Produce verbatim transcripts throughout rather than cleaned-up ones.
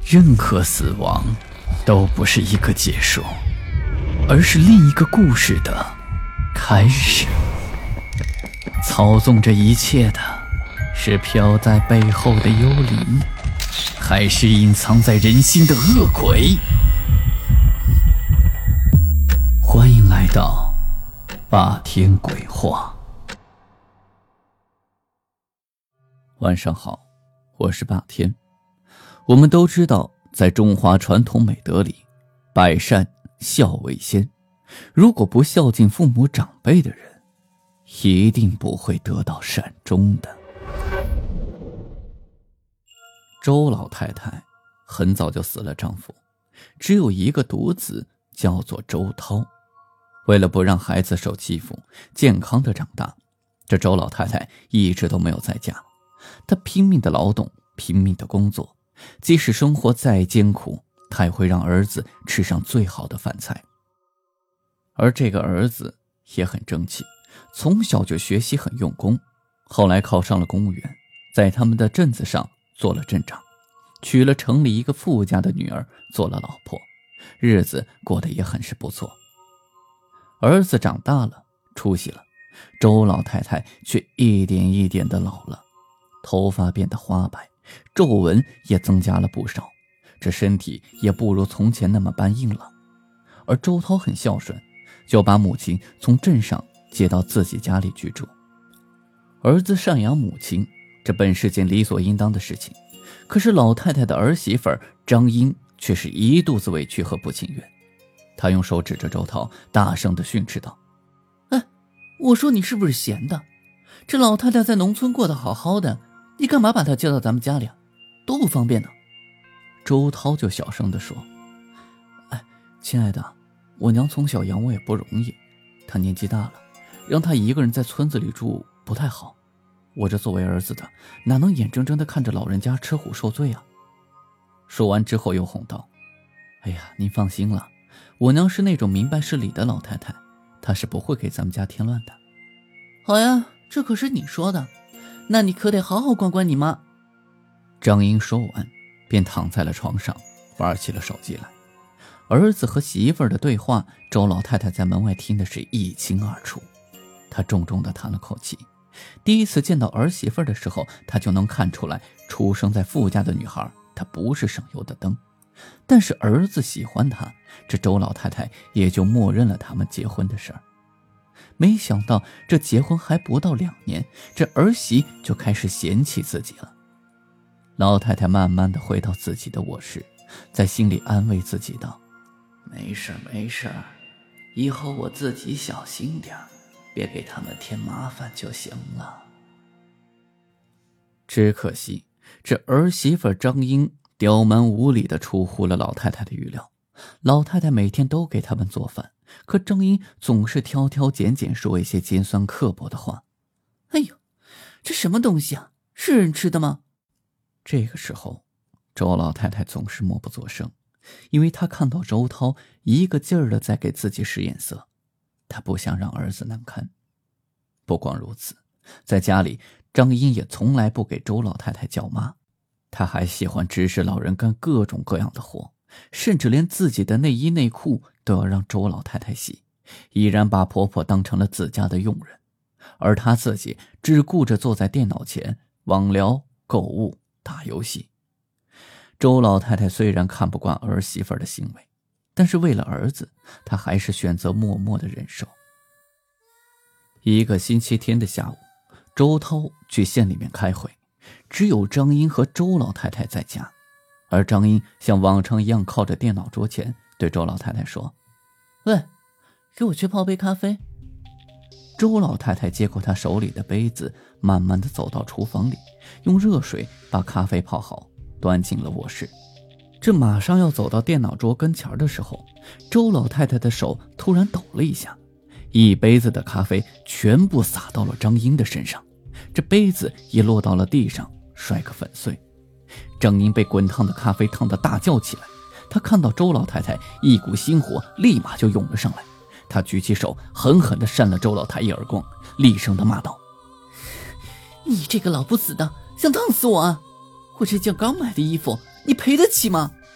任何死亡都不是一个结束，而是另一个故事的开始。操纵这一切的是飘在背后的幽灵，还是隐藏在人心的恶鬼？欢迎来到霸天鬼话。晚上好，我是霸天。我们都知道，在中华传统美德里，百善孝为先，如果不孝敬父母长辈的人，一定不会得到善终的。周老太太很早就死了丈夫，只有一个独子，叫做周涛。为了不让孩子受欺负，健康的长大，这周老太太一直都没有在家。她拼命的劳动，拼命的工作，即使生活再艰苦，她也会让儿子吃上最好的饭菜。而这个儿子也很争气，从小就学习很用功，后来考上了公务员，在他们的镇子上做了镇长，娶了城里一个富家的女儿做了老婆，日子过得也很是不错。儿子长大了，出息了，周老太太却一点一点的老了，头发变得花白，皱纹也增加了不少，这身体也不如从前那么般硬朗。而周涛很孝顺，就把母亲从镇上接到自己家里居住。儿子赡养母亲，这本是件理所应当的事情，可是老太太的儿媳妇张英却是一肚子委屈和不情愿。她用手指着周涛，大声地训斥道：哎，我说你是不是闲的？这老太太在农村过得好好的，你干嘛把她接到咱们家里啊？多不方便呢。周涛就小声地说：哎，亲爱的，我娘从小养我也不容易，她年纪大了，让她一个人在村子里住不太好，我这作为儿子的，哪能眼睁睁地看着老人家吃苦受罪啊？说完之后又哄道：哎呀，您放心了，我娘是那种明白事理的老太太，她是不会给咱们家添乱的。好呀，这可是你说的，那你可得好好管管你妈。张英说完便躺在了床上，玩起了手机来。儿子和媳妇儿的对话，周老太太在门外听的是一清二楚。她重重地叹了口气，第一次见到儿媳妇儿的时候，她就能看出来，出生在富家的女孩她不是省油的灯。但是儿子喜欢她，这周老太太也就默认了他们结婚的事儿。没想到这结婚还不到两年，这儿媳就开始嫌弃自己了。老太太慢慢地回到自己的卧室，在心里安慰自己道：没事没事，以后我自己小心点，别给他们添麻烦就行了。只可惜这儿媳妇张英刁蛮无理地出乎了老太太的预料。老太太每天都给他们做饭，可张英总是挑挑拣拣说一些尖酸刻薄的话。哎呦，这什么东西啊，是人吃的吗？这个时候周老太太总是默不作声，因为她看到周涛一个劲儿地在给自己使眼色，她不想让儿子难堪。不光如此，在家里张英也从来不给周老太太叫妈，她还喜欢指使老人干各种各样的活，甚至连自己的内衣内裤都要让周老太太洗，依然把婆婆当成了自家的佣人，而她自己只顾着坐在电脑前网聊、购物、打游戏。周老太太虽然看不惯儿媳妇的行为，但是为了儿子，她还是选择默默的忍受。一个星期天的下午，周涛去县里面开会，只有张英和周老太太在家。而张英像往常一样靠着电脑桌前，对周老太太说：喂，给我去泡杯咖啡。周老太太接过她手里的杯子，慢慢地走到厨房里，用热水把咖啡泡好，端进了卧室。这马上要走到电脑桌跟前的时候，周老太太的手突然抖了一下，一杯子的咖啡全部洒到了张英的身上，这杯子也落到了地上，摔个粉碎。张英被滚烫的咖啡烫得大叫起来，她看到周老太太，一股心火立马就涌了上来，她举起手狠狠地扇了周老太一耳光，厉声地骂道：你这个老不死的，想烫死我啊！我这件刚买的衣服你赔得起吗？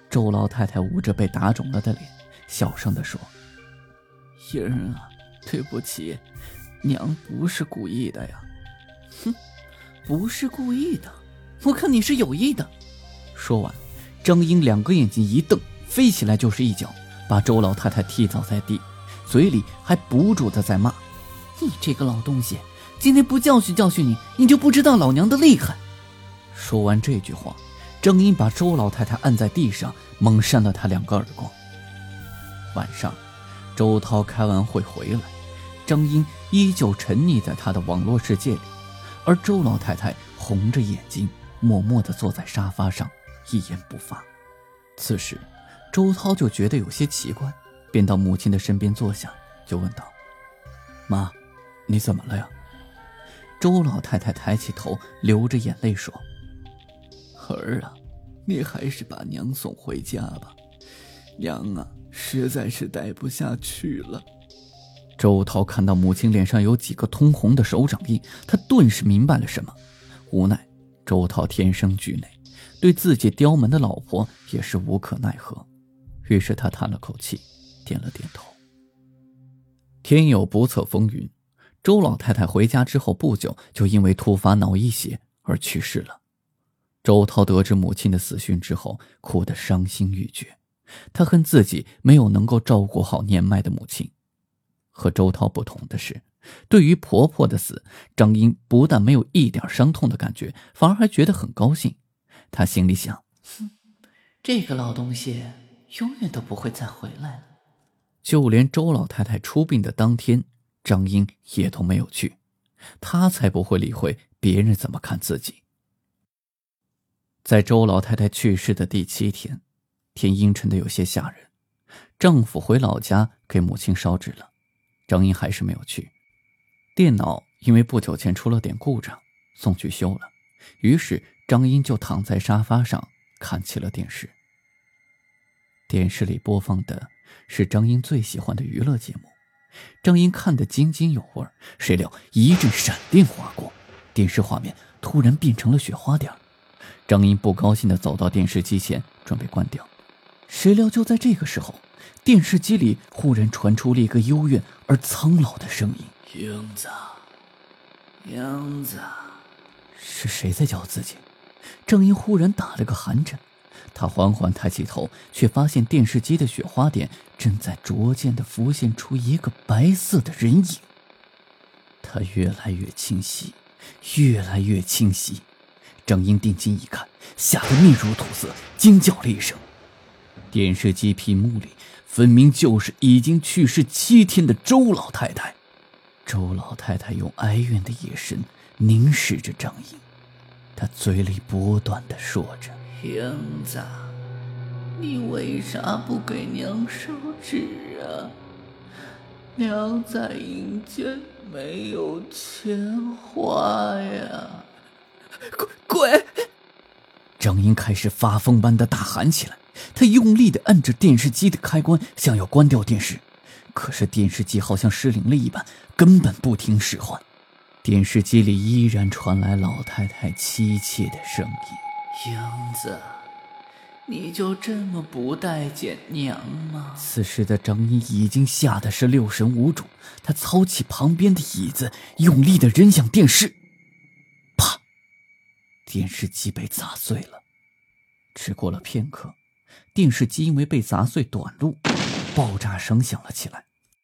周老太太捂着被打肿了的脸，小声地说：“英儿啊，对不起，娘不是故意的呀。”“哼，不是故意的，我看你是有意的。”说完，张英两个眼睛一瞪，飞起来就是一脚，把周老太太踢倒在地，嘴里还不住地在骂：“你这个老东西，今天不教训教训你，你就不知道老娘的厉害。”说完这句话，张英把周老太太按在地上，猛扇了她两个耳光。晚上，周涛开完会回来，张英依旧沉溺在他的网络世界里，而周老太太红着眼睛，默默地坐在沙发上，一言不发。此时，周涛就觉得有些奇怪，便到母亲的身边坐下，就问道：“妈，你怎么了呀？”周老太太抬起头，流着眼泪说：“儿啊，你还是把娘送回家吧，娘啊，实在是待不下去了。”周涛看到母亲脸上有几个通红的手掌印，他顿时明白了什么。无奈周涛天生惧内，对自己刁蛮的老婆也是无可奈何，于是他叹了口气，点了点头。天有不测风云，周老太太回家之后不久就因为突发脑溢血而去世了。周涛得知母亲的死讯之后，哭得伤心欲绝，他恨自己没有能够照顾好年迈的母亲。和周涛不同的是，对于婆婆的死，张英不但没有一点伤痛的感觉，反而还觉得很高兴。她心里想：哼，这个老东西永远都不会再回来了。就连周老太太出殡的当天，张英也都没有去，她才不会理会别人怎么看自己。在周老太太去世的第七天，天阴沉的有些吓人，丈夫回老家给母亲烧纸了，张英还是没有去。电脑因为不久前出了点故障，送去修了，于是张英就躺在沙发上看起了电视。电视里播放的是张英最喜欢的娱乐节目，张英看得津津有味，谁料一阵闪电划过，电视画面突然变成了雪花点。张英不高兴地走到电视机前准备关掉，谁料就在这个时候，电视机里忽然传出了一个幽怨而苍老的声音：“英子，英子。”是谁在叫自己？张英忽然打了个寒颤，他缓缓抬起头，却发现电视机的雪花点正在逐渐地浮现出一个白色的人影。它越来越清晰，越来越清晰。张英定睛一看，吓得面如土色，惊叫了一声。电视机屏幕里分明就是已经去世七天的周老太太。周老太太用哀怨的眼神凝视着张英，她嘴里不断地说着：“英子，你为啥不给娘烧纸啊？娘在阴间没有钱花呀！”滚滚！张英开始发疯般的大喊起来，他用力地按着电视机的开关，想要关掉电视，可是电视机好像失灵了一般，根本不听使唤。电视机里依然传来老太太凄切的声音：“英子，你就这么不待见娘吗？”此时的张英已经吓得是六神无主，他操起旁边的椅子，用力地扔向电视。啪！电视机被砸碎了。只过了片刻，电视机因为被砸碎短路，爆炸声响了起来。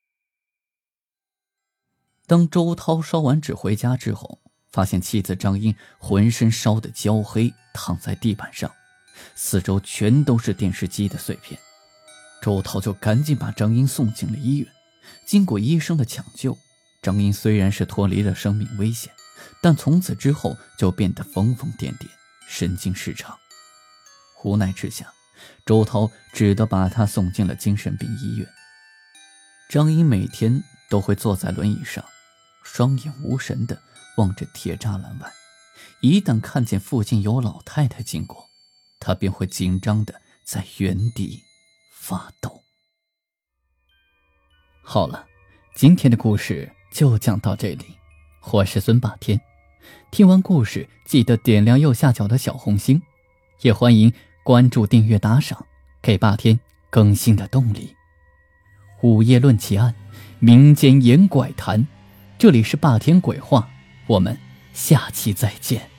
当周涛烧完纸回家之后，发现妻子张英浑身烧得焦黑，躺在地板上，四周全都是电视机的碎片。周涛就赶紧把张英送进了医院。经过医生的抢救，张英虽然是脱离了生命危险，但从此之后就变得疯疯癫癫，神经失常。无奈之下，周涛只得把他送进了精神病医院。张英每天都会坐在轮椅上，双眼无神地望着铁栅栏外，一旦看见附近有老太太经过，他便会紧张地在原地发抖。好了，今天的故事就讲到这里，我是孙霸天。听完故事记得点亮右下角的小红心，也欢迎关注订阅打赏， 给霸天更新的动力。午夜论奇案，民间言怪谈，这里是霸天鬼话，我们下期再见。